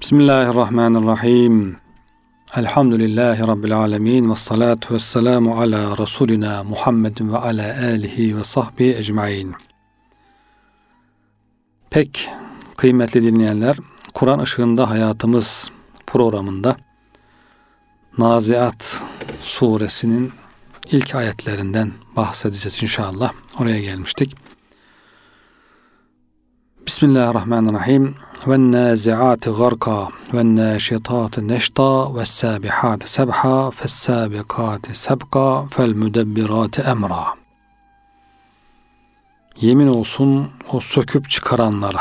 Bismillahirrahmanirrahim. Elhamdülillahi Rabbil alemin. Ve salatu ve selamu ala Resulina Muhammedin ve ala alihi ve sahbihi ecmain. Pek kıymetli dinleyenler, Kur'an Işığında Hayatımız programında Naziat suresinin ilk ayetlerinden bahsedeceğiz inşallah. Oraya gelmiştik. Bismillahirrahmanirrahim. وَالنَّازِعَاتِ غَرْقًا وَالنَّاشِطَاتِ نَشْطًا وَالسَّابِحَاتِ سَبْحًا فَالسَّابِقَاتِ سَبْقًا فَالْمُدَبِّرَاتِ اَمْرًا. Yemin olsun o söküp çıkaranlara,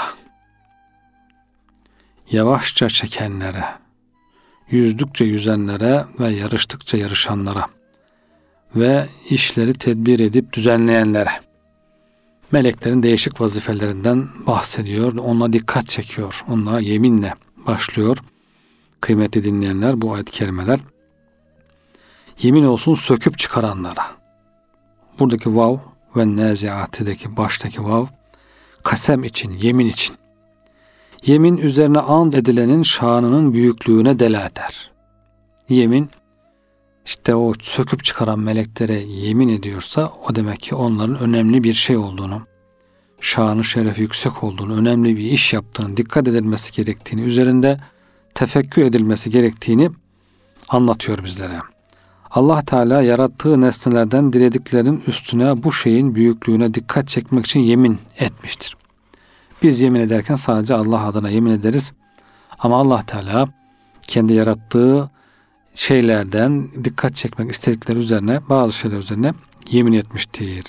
yavaşça çekenlere, yüzdükçe yüzenlere ve yarıştıkça yarışanlara ve işleri tedbir edip düzenleyenlere. Meleklerin değişik vazifelerinden bahsediyor. Onunla dikkat çekiyor. Onunla yeminle başlıyor. Kıymetli dinleyenler, bu ayet-i kerimeler. Yemin olsun söküp çıkaranlara. Buradaki vav ve naziatideki baştaki vav kasem için, yemin için. Yemin üzerine and edilenin şanının büyüklüğüne delalet eder. Yemin işte o söküp çıkaran meleklere yemin ediyorsa o demek ki onların önemli bir şey olduğunu, şanı şerefi yüksek olduğunu, önemli bir iş yaptığını, dikkat edilmesi gerektiğini, üzerinde tefekkür edilmesi gerektiğini anlatıyor bizlere. Allah Teala yarattığı nesnelerden dilediklerin üstüne bu şeyin büyüklüğüne dikkat çekmek için yemin etmiştir. Biz yemin ederken sadece Allah adına yemin ederiz. Ama Allah Teala kendi yarattığı şeylerden dikkat çekmek istedikleri üzerine, bazı şeyler üzerine yemin etmiştir.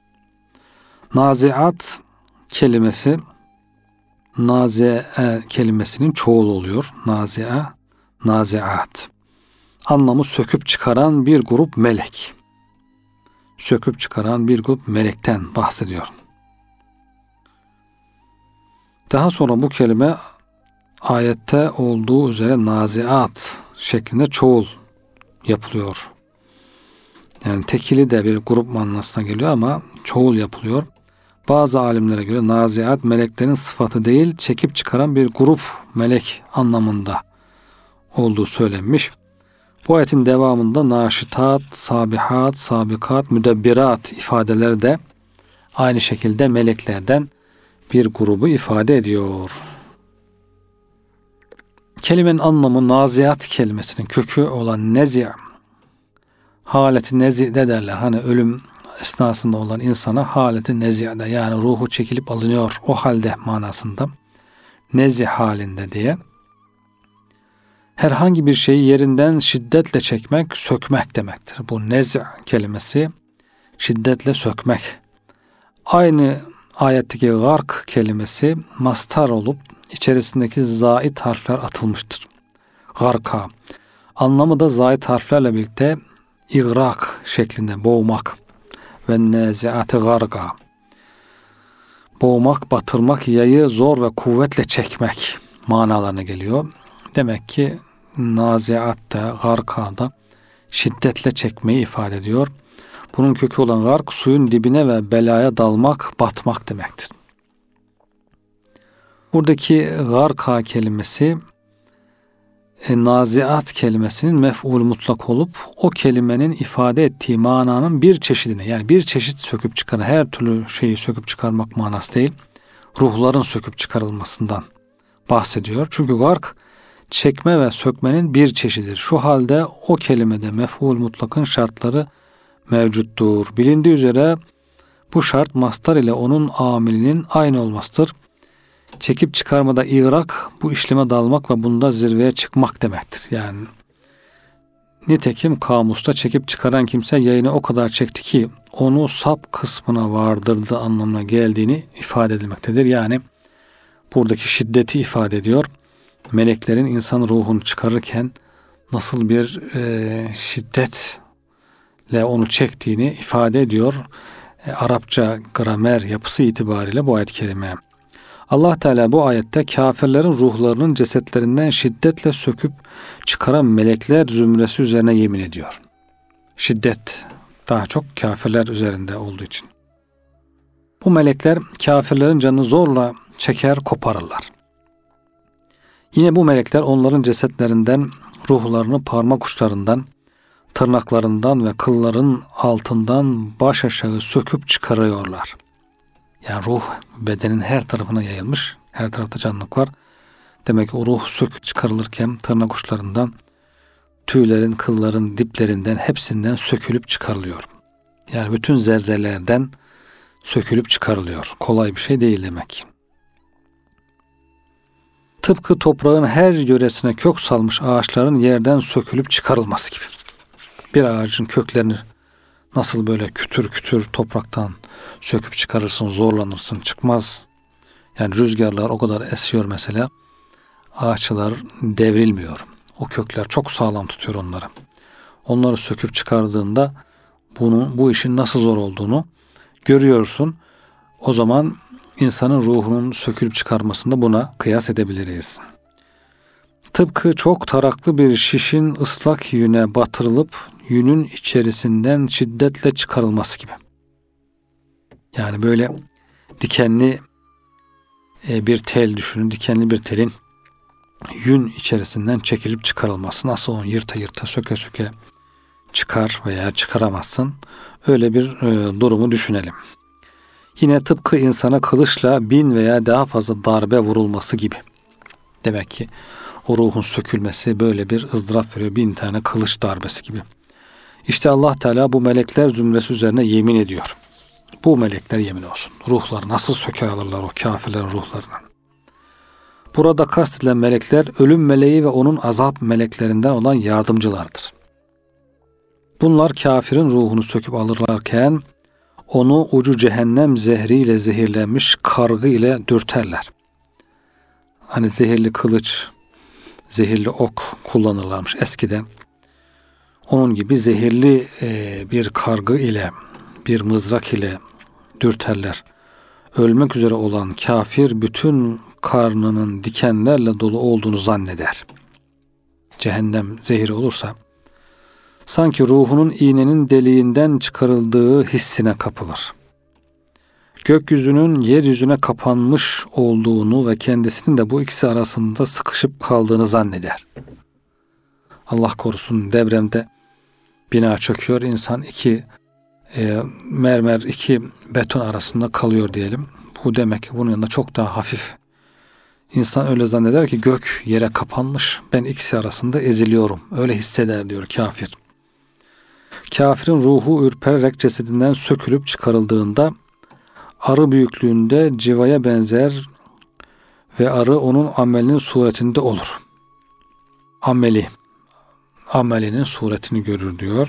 Naziat kelimesi nazi'e kelimesinin çoğulu oluyor. Nazi'a, naziat. Anlamı söküp çıkaran bir grup melek. Söküp çıkaran bir grup melekten bahsediyor. Daha sonra bu kelime ayette olduğu üzere naziat şeklinde çoğul yapılıyor. Yani tekili de bir grup manasına geliyor ama çoğul yapılıyor. Bazı alimlere göre naziat meleklerin sıfatı değil, çekip çıkaran bir grup melek anlamında olduğu söylenmiş. Bu ayetin devamında naşitat, sabihat, sabikat, müdebbirat ifadeleri de aynı şekilde meleklerden bir grubu ifade ediyor. Kelimenin anlamı naziat kelimesinin kökü olan nezi', haleti nezi'de derler. Hani ölüm esnasında olan insana haleti nezi'de, yani ruhu çekilip alınıyor o halde manasında, nezi halinde diye. Herhangi bir şeyi yerinden şiddetle çekmek, sökmek demektir. Bu nezi' kelimesi şiddetle sökmek. Aynı ayetteki gark kelimesi mastar olup içerisindeki zait harfler atılmıştır. Garka. Anlamı da zait harflerle birlikte igrak şeklinde, boğmak. Ve nezi'ati garga. Boğmak, batırmak, yayı zor ve kuvvetle çekmek manalarına geliyor. Demek ki naziatta, garkada şiddetle çekmeyi ifade ediyor. Bunun kökü olan gark, suyun dibine ve belaya dalmak, batmak demektir. Buradaki garka kelimesi naziat kelimesinin mef'ul mutlak olup o kelimenin ifade ettiği mananın bir çeşidine, yani bir çeşit söküp çıkaran, her türlü şeyi söküp çıkarmak manası değil, ruhların söküp çıkarılmasından bahsediyor. Çünkü gark çekme ve sökmenin bir çeşididir. Şu halde o kelimede mef'ul mutlakın şartları mevcuttur. Bilindiği üzere bu şart mastar ile onun amilinin aynı olmasıdır. Çekip çıkarmada irak, bu işleme dalmak ve bunda zirveye çıkmak demektir. Yani nitekim kamusta çekip çıkaran kimse yayını o kadar çekti ki onu sap kısmına vardırdı anlamına geldiğini ifade edilmektedir. Yani buradaki şiddeti ifade ediyor. Meleklerin insan ruhunu çıkarırken nasıl bir şiddetle onu çektiğini ifade ediyor. Arapça gramer yapısı itibariyle bu ayet-i kerime. Allah Teala bu ayette kafirlerin ruhlarının cesetlerinden şiddetle söküp çıkaran melekler zümresi üzerine yemin ediyor. Şiddet daha çok kafirler üzerinde olduğu için. Bu melekler kafirlerin canını zorla çeker, koparırlar. Yine bu melekler onların cesetlerinden ruhlarını parmak uçlarından, tırnaklarından ve kılların altından baş aşağı söküp çıkarıyorlar. Yani ruh bedenin her tarafına yayılmış. Her tarafta canlılık var. Demek ki o ruh söküp çıkarılırken tırnak uçlarından, tüylerin, kılların diplerinden hepsinden sökülüp çıkarılıyor. Yani bütün zerrelerden sökülüp çıkarılıyor. Kolay bir şey değil demek. Tıpkı toprağın her yöresine kök salmış ağaçların yerden sökülüp çıkarılması gibi. Bir ağacın köklerini nasıl böyle kütür kütür topraktan söküp çıkarırsın, zorlanırsın, çıkmaz. Yani rüzgarlar o kadar esiyor mesela, ağaçlar devrilmiyor. O kökler çok sağlam tutuyor onları. Onları söküp çıkardığında bu işin nasıl zor olduğunu görüyorsun. O zaman insanın ruhunun sökülüp çıkarmasında buna kıyas edebiliriz. Tıpkı çok taraklı bir şişin ıslak yüne batırılıp yünün içerisinden şiddetle çıkarılması gibi. Yani böyle dikenli bir tel düşünün. Dikenli bir telin yün içerisinden çekilip çıkarılması. Nasıl onu yırta yırta söke söke çıkar veya çıkaramazsın. Öyle bir durumu düşünelim. Yine tıpkı insana kılıçla 1000 veya daha fazla darbe vurulması gibi. Demek ki o ruhun sökülmesi böyle bir ızdırap veriyor. 1000 tane kılıç darbesi gibi. İşte Allah Teala bu melekler zümresi üzerine yemin ediyor. Bu melekler yemin olsun. Ruhlar nasıl söker alırlar o kafirlerin ruhlarını. Burada kastedilen melekler ölüm meleği ve onun azap meleklerinden olan yardımcılardır. Bunlar kafirin ruhunu söküp alırlarken onu ucu cehennem zehriyle zehirlenmiş kargı ile dürterler. Hani zehirli kılıç, zehirli ok kullanırlarmış eskiden. Onun gibi zehirli bir kargı ile, bir mızrak ile dürterler. Ölmek üzere olan kafir bütün karnının dikenlerle dolu olduğunu zanneder. Cehennem zehri olursa sanki ruhunun iğnenin deliğinden çıkarıldığı hissine kapılır. Gökyüzünün yeryüzüne kapanmış olduğunu ve kendisinin de bu ikisi arasında sıkışıp kaldığını zanneder. Allah korusun, depremde bina çöküyor, insan iki mermer, iki beton arasında kalıyor diyelim. Bu demek ki bunun yanında çok daha hafif. İnsan öyle zanneder ki gök yere kapanmış, ben ikisi arasında eziliyorum. Öyle hisseder diyor kafir. Kafirin ruhu ürpererek cesedinden sökülüp çıkarıldığında arı büyüklüğünde civaya benzer ve arı onun amelinin suretinde olur. Amelinin suretini görür diyor.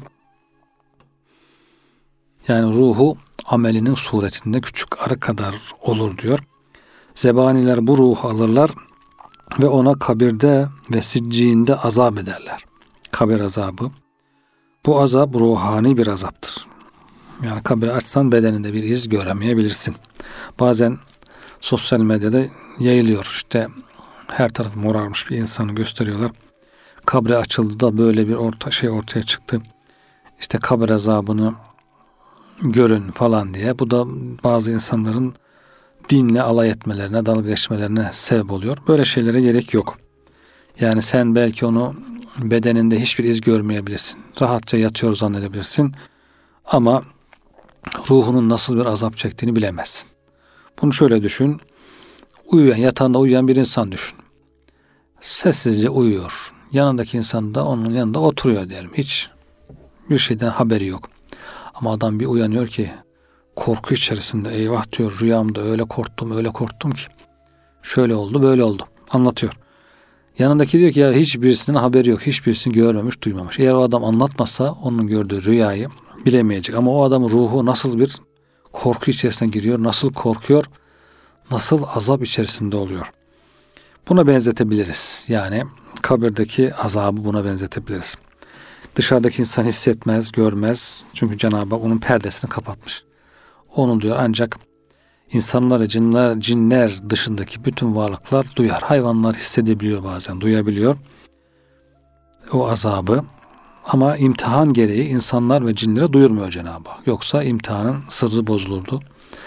Yani ruhu amelinin suretinde küçük arı kadar olur diyor. Zebaniler bu ruhu alırlar ve ona kabirde ve sicciğinde azap ederler. Kabir azabı. Bu azap ruhani bir azaptır. Yani kabri açsan bedeninde bir iz göremeyebilirsin. Bazen sosyal medyada yayılıyor. İşte her tarafı morarmış bir insanı gösteriyorlar. Kabri açıldı da böyle bir ortaya çıktı. İşte kabir azabını görün falan diye. Bu da bazı insanların dinle alay etmelerine, dalga geçmelerine sebep oluyor. Böyle şeylere gerek yok. Yani sen belki onu bedeninde hiçbir iz görmeyebilirsin. Rahatça yatıyor zannedebilirsin. Ama ruhunun nasıl bir azap çektiğini bilemezsin. Bunu şöyle düşün. Yatağında uyuyan bir insan düşün. Sessizce uyuyor. Yanındaki insan da onun yanında oturuyor diyelim. Hiç bir şeyden haberi yok. Ama adam bir uyanıyor ki korku içerisinde, eyvah diyor, rüyamda öyle korktum ki şöyle oldu, böyle oldu. Anlatıyor. Yanındaki diyor ki ya hiçbirisinin haberi yok. Hiçbirisini görmemiş, duymamış. Eğer o adam anlatmasa onun gördüğü rüyayı bilemeyecek. Ama o adamın ruhu nasıl bir korku içerisine giriyor, nasıl korkuyor, nasıl azap içerisinde oluyor. Buna benzetebiliriz. Yani kabirdeki azabı buna benzetebiliriz. Dışarıdaki insan hissetmez, görmez. Çünkü Cenab-ı Hak onun perdesini kapatmış. Onun diyor ancak insanlar ve cinler dışındaki bütün varlıklar duyar. Hayvanlar hissedebiliyor bazen, duyabiliyor o azabı. Ama imtihan gereği insanlar ve cinlere duyurmuyor Cenab-ı Hak. Yoksa imtihanın sırrı bozulurdu.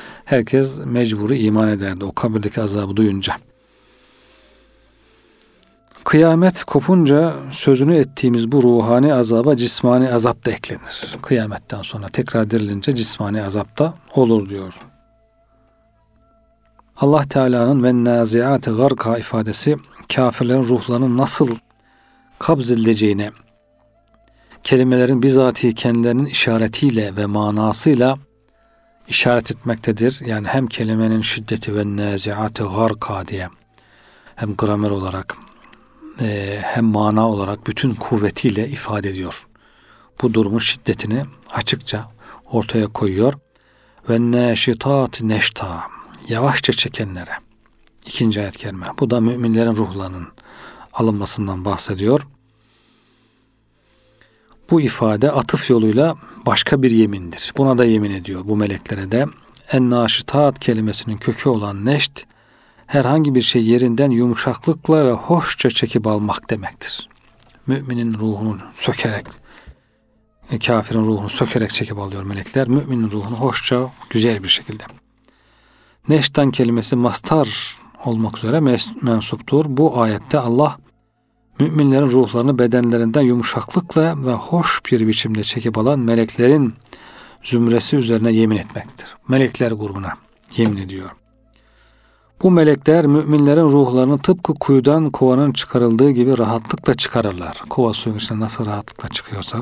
Herkes mecburi iman ederdi o kabirdeki azabı duyunca. Kıyamet kopunca sözünü ettiğimiz bu ruhani azaba cismani azap da eklenir. Kıyametten sonra tekrar dirilince cismani azap da olur diyor. Allah Teala'nın ve naziate garka ifadesi kafirlerin ruhlarının nasıl kabzedileceğine, kelimelerin bizatihi kendilerinin işaretiyle ve manasıyla işaret etmektedir. Yani hem kelimenin şiddeti ve naziate garka diye hem gramer olarak hem mana olarak bütün kuvvetiyle ifade ediyor. Bu durumun şiddetini açıkça ortaya koyuyor. Ve neşitat neşta, yavaşça çekenlere. 2. ayet-i kerime. Bu da müminlerin ruhlarının alınmasından bahsediyor. Bu ifade atıf yoluyla başka bir yemindir. Buna da yemin ediyor bu meleklere de. En-naşitat kelimesinin kökü olan neşt, herhangi bir şey yerinden yumuşaklıkla ve hoşça çekip almak demektir. Müminin ruhunu sökerek, kafirin ruhunu sökerek çekip alıyor melekler. Müminin ruhunu hoşça, güzel bir şekilde. Neştan kelimesi mastar olmak üzere mensuptur. Bu ayette Allah müminlerin ruhlarını bedenlerinden yumuşaklıkla ve hoş bir biçimde çekip alan meleklerin zümresi üzerine yemin etmektir. Melekler grubuna yemin ediyor. Bu melekler müminlerin ruhlarını tıpkı kuyudan kovanın çıkarıldığı gibi rahatlıkla çıkarırlar. Kova suyun içine nasıl rahatlıkla çıkıyorsa.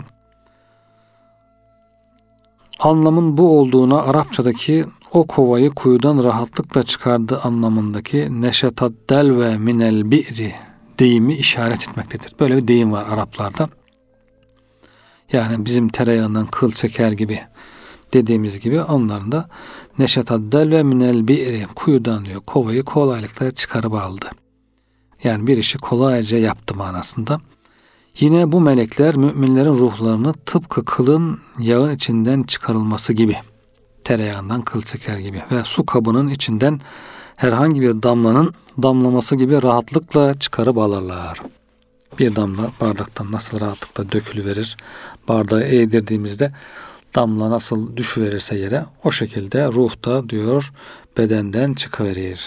Anlamın bu olduğuna Arapçadaki o kovayı kuyudan rahatlıkla çıkardığı anlamındaki neşetaddel ve minel bi'ri deyimi işaret etmektedir. Böyle bir deyim var Araplarda. Yani bizim tereyağından kıl çeker gibi dediğimiz gibi onların da neşetaddel ve minel bi'ri, kuyudan diyor, kovayı kolaylıkla çıkarıp aldı. Yani bir işi kolayca yaptı manasında. Yine bu melekler müminlerin ruhlarını tıpkı kılın yağın içinden çıkarılması gibi, tereyağından kıl çeker gibi ve su kabının içinden herhangi bir damlanın damlaması gibi rahatlıkla çıkarıp alırlar. Bir damla bardaktan nasıl rahatlıkla dökülüverir, bardağı eğdirdiğimizde damla nasıl düşüverirse yere, o şekilde ruh da diyor bedenden çıkıverir.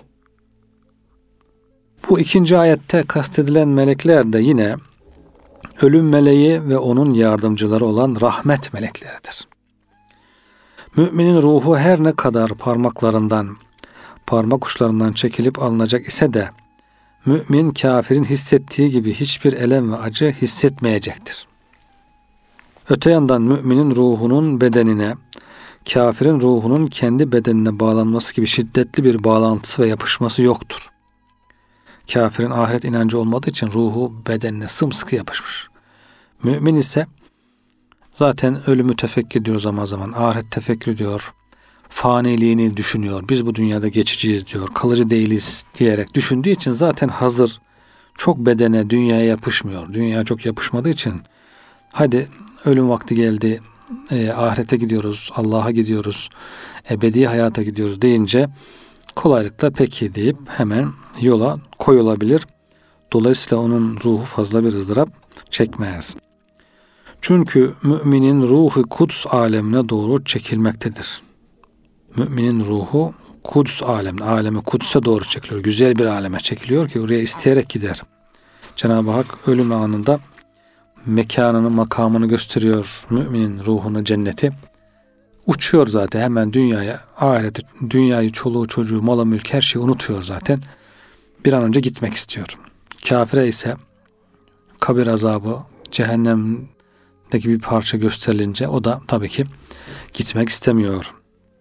Bu 2. ayette kastedilen melekler de yine ölüm meleği ve onun yardımcıları olan rahmet melekleridir. Müminin ruhu her ne kadar parmak uçlarından çekilip alınacak ise de mümin kafirin hissettiği gibi hiçbir elem ve acı hissetmeyecektir. Öte yandan müminin ruhunun bedenine, kafirin ruhunun kendi bedenine bağlanması gibi şiddetli bir bağlantısı ve yapışması yoktur. Kafirin ahiret inancı olmadığı için ruhu bedenine sımsıkı yapışmış. Mümin ise zaten ölümü tefekkür ediyor zaman zaman, ahiret tefekkür ediyor, faniliğini düşünüyor, biz bu dünyada geçiciyiz diyor, kalıcı değiliz diyerek düşündüğü için zaten hazır, çok bedene, dünyaya yapışmıyor. Dünya çok yapışmadığı için hadi ölüm vakti geldi, ahirete gidiyoruz, Allah'a gidiyoruz, ebedi hayata gidiyoruz deyince kolaylıkla peki deyip hemen yola koyulabilir. Dolayısıyla onun ruhu fazla bir ızdırap çekmez. Çünkü müminin ruhu Kuds alemine doğru çekilmektedir. Müminin ruhu Kuds alemine, alemi Kuds'e doğru çekiliyor. Güzel bir aleme çekiliyor ki oraya isteyerek gider. Cenab-ı Hak ölüm anında mekanını, makamını gösteriyor. Müminin ruhunu, cenneti. Uçuyor zaten hemen dünyaya, ahireti, dünyayı, çoluğu, çocuğu, malı, mülk her şeyi unutuyor zaten. Bir an önce gitmek istiyor. Kafire ise kabir azabı, cehennemdeki bir parça gösterilince o da tabii ki gitmek istemiyor.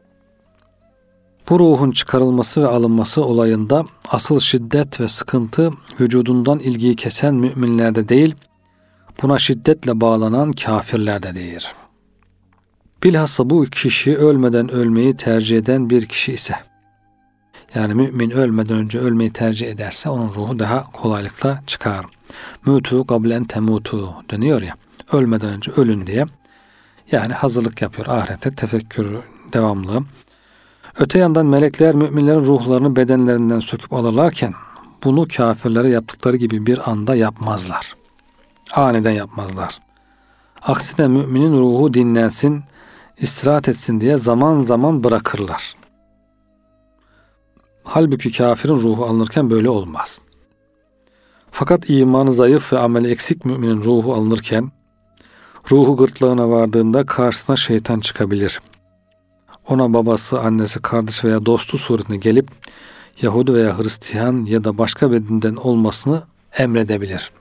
Bu ruhun çıkarılması ve alınması olayında asıl şiddet ve sıkıntı vücudundan ilgiyi kesen müminlerde değil, buna şiddetle bağlanan kafirlerde değil. Bilhassa bu kişi ölmeden ölmeyi tercih eden bir kişi ise, yani mümin ölmeden önce ölmeyi tercih ederse onun ruhu daha kolaylıkla çıkar. Mutu qablen temutu deniyor ya, ölmeden önce ölün diye. Yani hazırlık yapıyor ahirete, tefekkür devamlı. Öte yandan melekler müminlerin ruhlarını bedenlerinden söküp alırlarken bunu kafirlere yaptıkları gibi bir anda yapmazlar. Aniden yapmazlar. Aksine müminin ruhu dinlensin, istirahat etsin diye zaman zaman bırakırlar. Halbuki kafirin ruhu alınırken böyle olmaz. Fakat imanı zayıf ve ameli eksik müminin ruhu alınırken, ruhu gırtlağına vardığında karşısına şeytan çıkabilir. Ona babası, annesi, kardeşi veya dostu suretine gelip Yahudi veya Hristiyan ya da başka bir dinden olmasını emredebilir.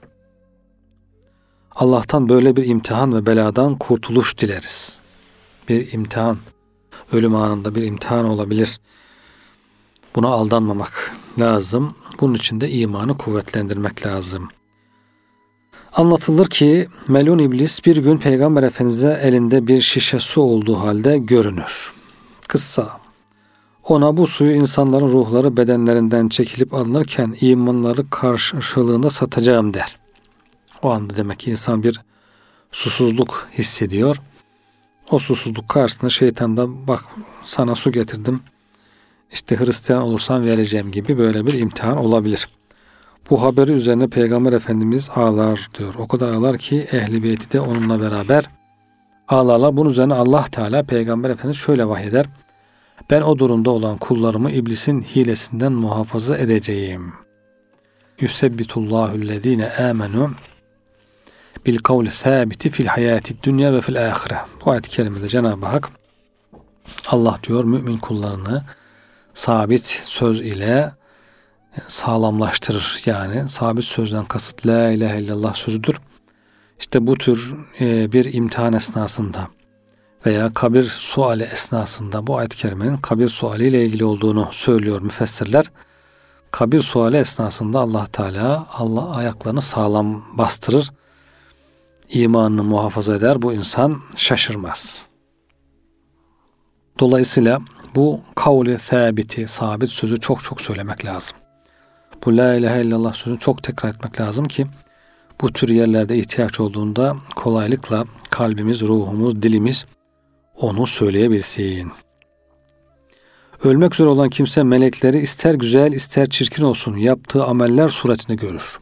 Allah'tan böyle bir imtihan ve beladan kurtuluş dileriz. Bir imtihan, ölüm anında bir imtihan olabilir. Buna aldanmamak lazım. Bunun için de imanı kuvvetlendirmek lazım. Anlatılır ki melun iblis bir gün Peygamber Efendimiz'e elinde bir şişe su olduğu halde görünür. Kıssa: ona bu suyu insanların ruhları bedenlerinden çekilip alınırken imanları karşılığında satacağım der. O anda demek ki insan bir susuzluk hissediyor. O susuzluk karşısında şeytan da bak sana su getirdim, İşte Hristiyan olursan vereceğim gibi böyle bir imtihan olabilir. Bu haberi üzerine Peygamber Efendimiz ağlar diyor. O kadar ağlar ki Ehl-i Beyti de onunla beraber ağlarlar. Bunun üzerine Allah Teala Peygamber Efendimiz şöyle vahyeder: ben o durumda olan kullarımı iblisin hilesinden muhafaza edeceğim. Yusebbitullahü'llezine amenu bil kavli sabiti fil hayati dünya ve fil ahire. Bu ayet-i kerimede Cenab-ı Hak Allah diyor mümin kullarını sabit söz ile sağlamlaştırır. Yani sabit sözden kasıt la ilahe illallah sözüdür. İşte bu tür bir imtihan esnasında veya kabir suali esnasında, bu ayet-i kerimenin kabir suali ile ilgili olduğunu söylüyor müfessirler. Kabir suali esnasında Allah Teala ayaklarını sağlam bastırır. İmanını muhafaza eder. Bu insan şaşırmaz. Dolayısıyla bu kavli sabiti, sabit sözü çok çok söylemek lazım. Bu la ilahe illallah sözünü çok tekrar etmek lazım ki bu tür yerlerde ihtiyaç olduğunda kolaylıkla kalbimiz, ruhumuz, dilimiz onu söyleyebilsin. Ölmek üzere olan kimse melekleri ister güzel ister çirkin olsun yaptığı ameller suretini görür.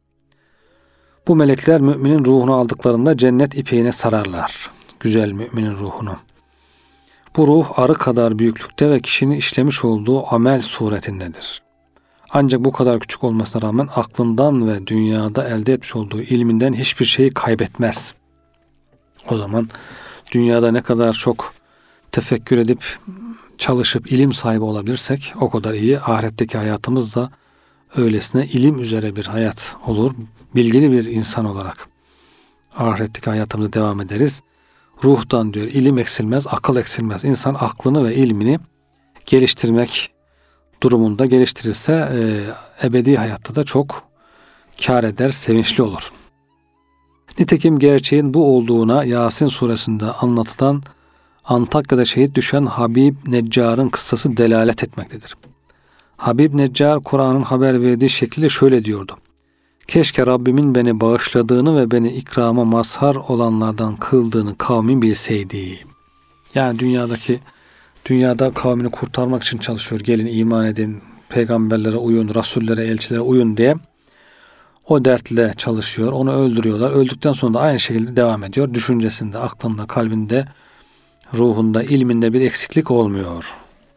Bu melekler müminin ruhunu aldıklarında cennet ipeğine sararlar. Güzel müminin ruhunu. Bu ruh arı kadar büyüklükte ve kişinin işlemiş olduğu amel suretindedir. Ancak bu kadar küçük olmasına rağmen aklından ve dünyada elde etmiş olduğu ilminden hiçbir şeyi kaybetmez. O zaman dünyada ne kadar çok tefekkür edip çalışıp ilim sahibi olabilirsek o kadar iyi. Ahiretteki hayatımız da öylesine ilim üzere bir hayat olur. Bilgili bir insan olarak ahiretteki hayatımıza devam ederiz. Ruhtan diyor ilim eksilmez, akıl eksilmez. İnsan aklını ve ilmini geliştirmek durumunda geliştirirse ebedi hayatta da çok kâr eder, sevinçli olur. Nitekim gerçeğin bu olduğuna Yasin suresinde anlatılan Antakya'da şehit düşen Habib Neccar'ın kıssası delalet etmektedir. Habib Neccar Kur'an'ın haber verdiği şekilde şöyle diyordu: keşke Rabbimin beni bağışladığını ve beni ikrama mazhar olanlardan kıldığını kavmin bilseydi. Yani dünyada kavmini kurtarmak için çalışıyor. Gelin iman edin, peygamberlere uyun, rasullere, elçilere uyun diye. O dertle çalışıyor. Onu öldürüyorlar. Öldükten sonra da aynı şekilde devam ediyor. Düşüncesinde, aklında, kalbinde, ruhunda, ilminde bir eksiklik olmuyor.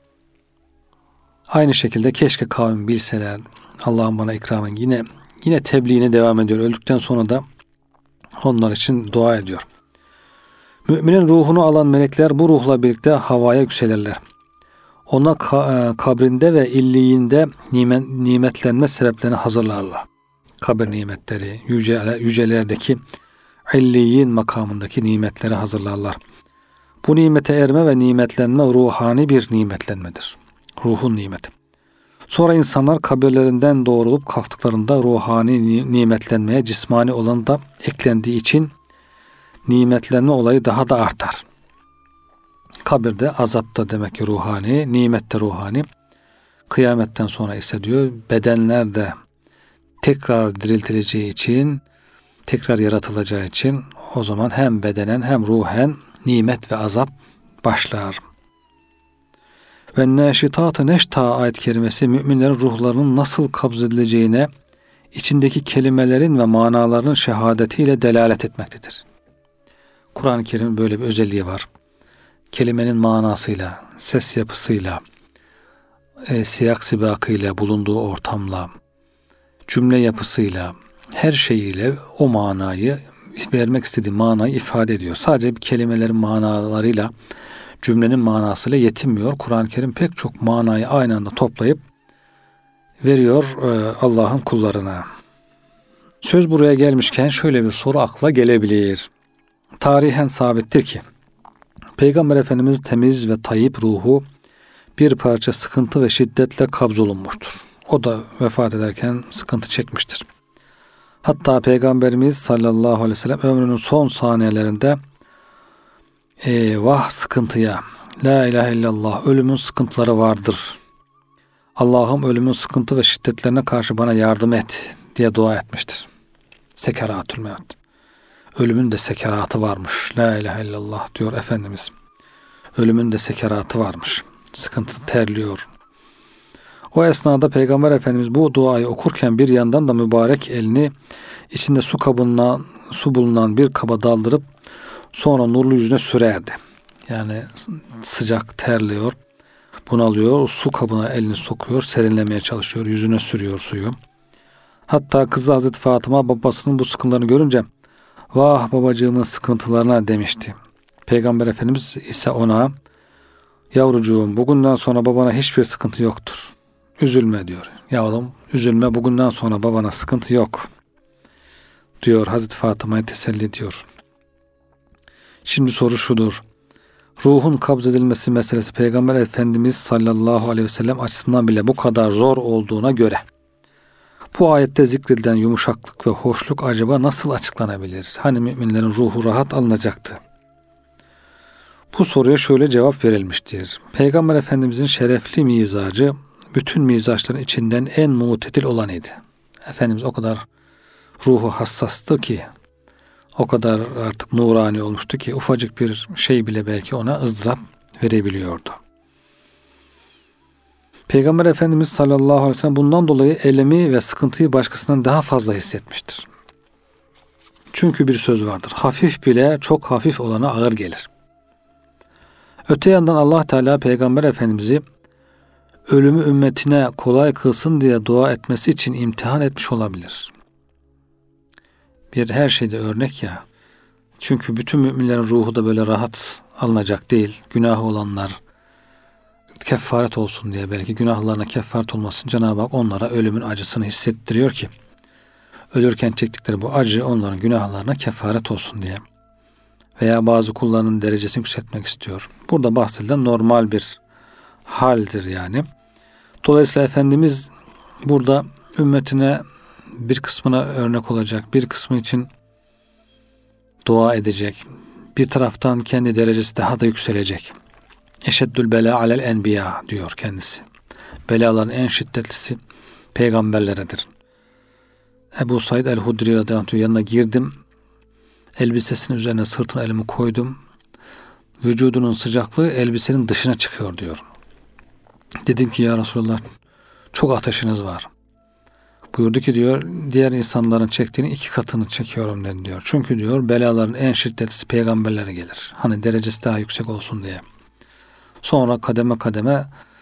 Aynı şekilde keşke kavim bilseler Allah'ın bana ikramını yine tebliğine devam ediyor. Öldükten sonra da onlar için dua ediyor. Müminin ruhunu alan melekler bu ruhla birlikte havaya yükselirler. Ona kabrinde ve illiyinde nimetlenme sebeplerini hazırlarlar. Kabir nimetleri, yücelerdeki illiyin makamındaki nimetleri hazırlarlar. Bu nimete erme ve nimetlenme ruhani bir nimetlenmedir. Ruhun nimeti. Sonra insanlar kabirlerinden doğrulup kalktıklarında ruhani nimetlenmeye cismani olan da eklendiği için nimetlenme olayı daha da artar. Kabirde, azapta demek ki ruhani, nimette ruhani. Kıyametten sonra ise diyor bedenler de tekrar diriltileceği için, tekrar yaratılacağı için o zaman hem bedenen hem ruhen nimet ve azap başlar. Ve neşitat-ı neşta ayet-i kerimesi müminlerin ruhlarının nasıl kabzedileceğine içindeki kelimelerin ve manaların şehadetiyle delalet etmektedir. Kur'an-ı Kerim'in böyle bir özelliği var. Kelimenin manasıyla, ses yapısıyla, siyak sibakıyla, bulunduğu ortamla, cümle yapısıyla, her şeyiyle o manayı, vermek istediği manayı ifade ediyor. Sadece kelimelerin manalarıyla, cümlenin manasıyla yetinmiyor. Kur'an-ı Kerim pek çok manayı aynı anda toplayıp veriyor Allah'ın kullarına. Söz buraya gelmişken şöyle bir soru akla gelebilir. Tarihen sabittir ki Peygamber Efendimiz temiz ve tayyip ruhu bir parça sıkıntı ve şiddetle kabzolunmuştur. O da vefat ederken sıkıntı çekmiştir. Hatta Peygamberimiz sallallahu aleyhi ve sellem ömrünün son saniyelerinde vah sıkıntıya, la ilahe illallah, ölümün sıkıntıları vardır. Allah'ım ölümün sıkıntı ve şiddetlerine karşı bana yardım et diye dua etmiştir. Sekeratül mevt. Ölümün de sekeratı varmış. La ilahe illallah diyor Efendimiz. Ölümün de sekeratı varmış. Sıkıntı terliyor. O esnada Peygamber Efendimiz bu duayı okurken bir yandan da mübarek elini içinde su bulunan bir kaba daldırıp sonra nurlu yüzüne sürerdi. Yani sıcak terliyor, bunalıyor, su kabına elini sokuyor, serinlemeye çalışıyor, yüzüne sürüyor suyu. Hatta kızı Hazreti Fatıma babasının bu sıkıntılarını görünce vah babacığımın sıkıntılarına demişti. Peygamber Efendimiz ise ona yavrucuğum bugünden sonra babana hiçbir sıkıntı yoktur. Üzülme diyor. Yavrum üzülme, bugünden sonra babana sıkıntı yok diyor. Hazreti Fatıma'ya teselli ediyor. Şimdi soru şudur. Ruhun kabzedilmesi meselesi Peygamber Efendimiz sallallahu aleyhi ve sellem açısından bile bu kadar zor olduğuna göre bu ayette zikredilen yumuşaklık ve hoşluk acaba nasıl açıklanabilir? Hani müminlerin ruhu rahat alınacaktı. Bu soruya şöyle cevap verilmiştir. Peygamber Efendimizin şerefli mizacı bütün mizaçların içinden en mutedil olan idi. Efendimiz o kadar ruhu hassastı ki, o kadar artık nurani olmuştu ki ufacık bir şey bile belki ona ızdırap verebiliyordu. Peygamber Efendimiz sallallahu aleyhi ve sellem bundan dolayı elemi ve sıkıntıyı başkasından daha fazla hissetmiştir. Çünkü bir söz vardır. Hafif bile çok hafif olana ağır gelir. Öte yandan Allah Teala Peygamber Efendimiz'i ölümü ümmetine kolay kılsın diye dua etmesi için imtihan etmiş olabilir. Bir her şeyde örnek ya. Çünkü bütün müminlerin ruhu da böyle rahat alınacak değil. Günahı olanlar kefaret olsun diye, belki günahlarına kefaret olmasın, Cenab-ı Hak onlara ölümün acısını hissettiriyor ki ölürken çektikleri bu acı onların günahlarına kefaret olsun diye. Veya bazı kullarının derecesini yükseltmek istiyor. Burada bahsedilen normal bir haldir yani. Dolayısıyla Efendimiz burada ümmetine bir kısmına örnek olacak, bir kısmı için dua edecek. Bir taraftan kendi derecesi daha da yükselecek. Eşeddül bela alel enbiya diyor kendisi. Belaların en şiddetlisi peygamberleredir. Ebu Said el-Hudri radıyallahu anh yanına girdim. Elbisesinin üzerine sırtına elimi koydum. Vücudunun sıcaklığı elbisenin dışına çıkıyor diyor. Dedim ki ya Resulallah çok ateşiniz var. Buyurdu ki diyor diğer insanların çektiğini 2 katını çekiyorum dedi diyor. Çünkü diyor belaların en şiddetlisi peygamberlere gelir. Hani derecesi daha yüksek olsun diye. Sonra kademe kademe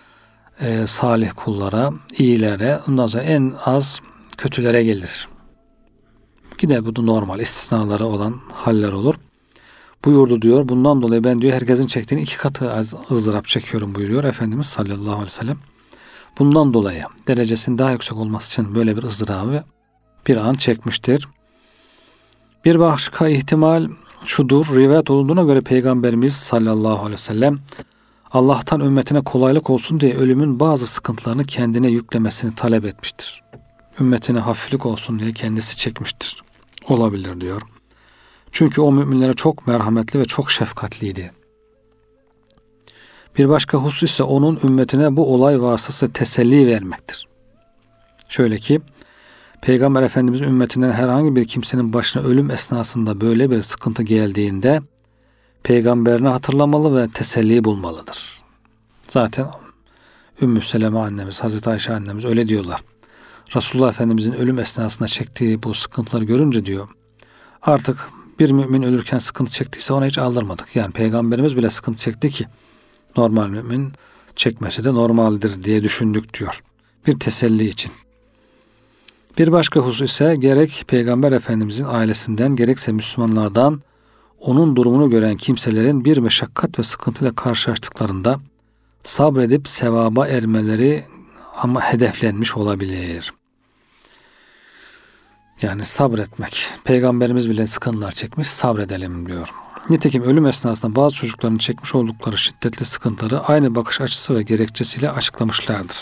salih kullara, iyilere, ondan sonra en az kötülere gelir. Yine bu da normal, istisnaları olan haller olur. Buyurdu diyor. Bundan dolayı ben diyor herkesin çektiğini 2 katı az ızdırap çekiyorum buyuruyor Efendimiz sallallahu aleyhi ve sellem. Bundan dolayı derecesinin daha yüksek olması için böyle bir ızdırabı bir an çekmiştir. Bir başka ihtimal şudur. Rivayet olduğuna göre Peygamberimiz sallallahu aleyhi ve sellem Allah'tan ümmetine kolaylık olsun diye ölümün bazı sıkıntılarını kendine yüklemesini talep etmiştir. Ümmetine hafiflik olsun diye kendisi çekmiştir. Olabilir diyor. Çünkü o müminlere çok merhametli ve çok şefkatliydi. Bir başka husus ise onun ümmetine bu olay vasıtasıyla teselli vermektir. Şöyle ki, Peygamber Efendimiz'in ümmetinden herhangi bir kimsenin başına ölüm esnasında böyle bir sıkıntı geldiğinde peygamberini hatırlamalı ve teselli bulmalıdır. Zaten Ümmü Seleme annemiz, Hazreti Ayşe annemiz öyle diyorlar. Resulullah Efendimiz'in ölüm esnasında çektiği bu sıkıntıları görünce diyor, artık bir mümin ölürken sıkıntı çektiyse ona hiç aldırmadık. Yani peygamberimiz bile sıkıntı çekti ki normal mümin çekmesi de normaldir diye düşündük diyor. Bir teselli için. Bir başka husus ise gerek Peygamber Efendimizin ailesinden gerekse Müslümanlardan onun durumunu gören kimselerin bir meşakkat ve sıkıntıyla karşılaştıklarında sabredip sevaba ermeleri ama hedeflenmiş olabilir. Yani sabretmek. Peygamberimiz bile sıkıntılar çekmiş, sabredelim diyor. Nitekim ölüm esnasında bazı çocukların çekmiş oldukları şiddetli sıkıntıları aynı bakış açısı ve gerekçesiyle açıklamışlardır.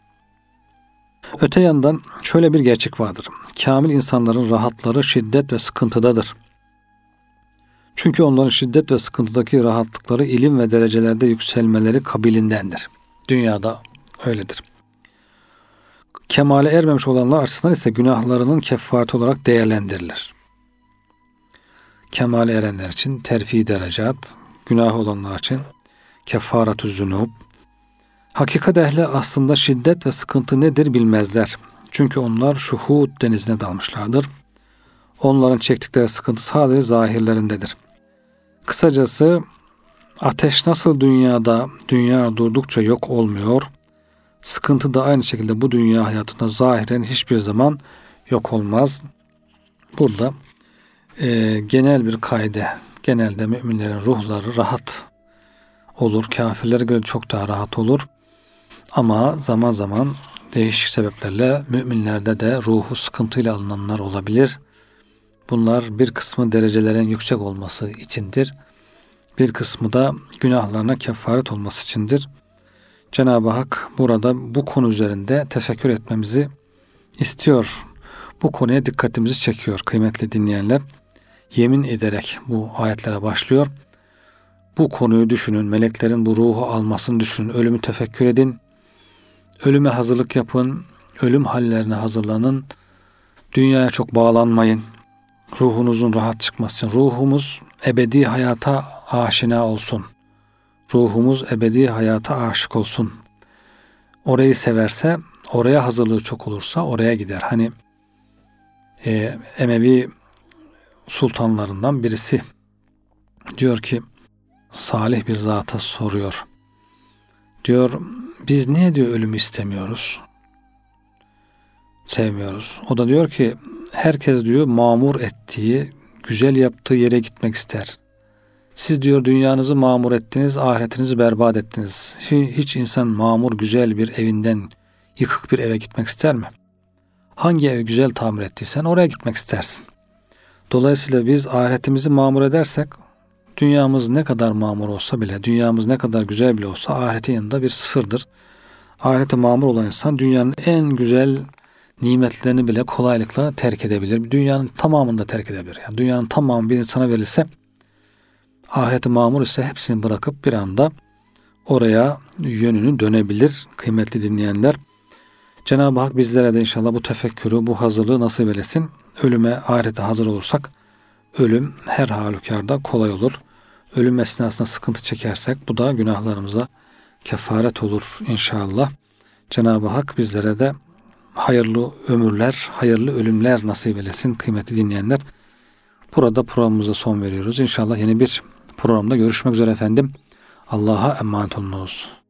Öte yandan şöyle bir gerçek vardır. Kamil insanların rahatları şiddet ve sıkıntıdadır. Çünkü onların şiddet ve sıkıntıdaki rahatlıkları ilim ve derecelerde yükselmeleri kabilindendir. Dünyada öyledir. Kemale ermemiş olanlar açısından ise günahlarının kefareti olarak değerlendirilir. Kemale erenler için terfi derecat, günah olanlar için kefaretü zünub. Hakikat ehli aslında şiddet ve sıkıntı nedir bilmezler. Çünkü onlar şuhud denizine dalmışlardır. Onların çektikleri sıkıntı sadece zahirlerindedir. Kısacası ateş nasıl dünya durdukça yok olmuyor, sıkıntı da aynı şekilde bu dünya hayatında zahiren hiçbir zaman yok olmaz. Burada genel bir kaide, genelde müminlerin ruhları rahat olur, kafirlere göre çok daha rahat olur. Ama zaman zaman değişik sebeplerle müminlerde de ruhu sıkıntıyla alınanlar olabilir. Bunlar bir kısmı derecelerin yüksek olması içindir. Bir kısmı da günahlarına kefaret olması içindir. Cenab-ı Hak burada bu konu üzerinde tefekkür etmemizi istiyor. Bu konuya dikkatimizi çekiyor kıymetli dinleyenler. Yemin ederek bu ayetlere başlıyor. Bu konuyu düşünün, meleklerin bu ruhu almasını düşünün, ölümü tefekkür edin. Ölüme hazırlık yapın, ölüm hallerine hazırlanın. Dünyaya çok bağlanmayın. Ruhunuzun rahat çıkması için ruhumuz ebedi hayata aşina olsun. Ruhumuz ebedi hayata aşık olsun. Orayı severse, oraya hazırlığı çok olursa oraya gider. Hani Emevi sultanlarından birisi diyor ki, salih bir zata soruyor. Diyor, biz niye diyor ölümü istemiyoruz? Sevmiyoruz. O da diyor ki, herkes diyor mamur ettiği, güzel yaptığı yere gitmek ister. Siz diyor dünyanızı mamur ettiniz, ahiretinizi berbat ettiniz. Hiç insan mamur güzel bir evinden yıkık bir eve gitmek ister mi? Hangi evi güzel tamir ettiysen oraya gitmek istersin. Dolayısıyla biz ahiretimizi mamur edersek, dünyamız ne kadar mamur olsa bile, dünyamız ne kadar güzel bile olsa ahiretin yanında bir sıfırdır. Ahirete mamur olan insan dünyanın en güzel nimetlerini bile kolaylıkla terk edebilir. Dünyanın tamamını da terk edebilir. Yani dünyanın tamamı bir insana verilse, ahireti mamur ise hepsini bırakıp bir anda oraya yönünü dönebilir kıymetli dinleyenler. Cenab-ı Hak bizlere de inşallah bu tefekkürü, bu hazırlığı nasip eylesin. Ölüme, ahirete hazır olursak ölüm her halükarda kolay olur. Ölüm esnasında sıkıntı çekersek bu da günahlarımıza kefaret olur inşallah. Cenab-ı Hak bizlere de hayırlı ömürler, hayırlı ölümler nasip eylesin kıymetli dinleyenler. Burada programımıza son veriyoruz. İnşallah yeni bir programda görüşmek üzere efendim. Allah'a emanet olunuz.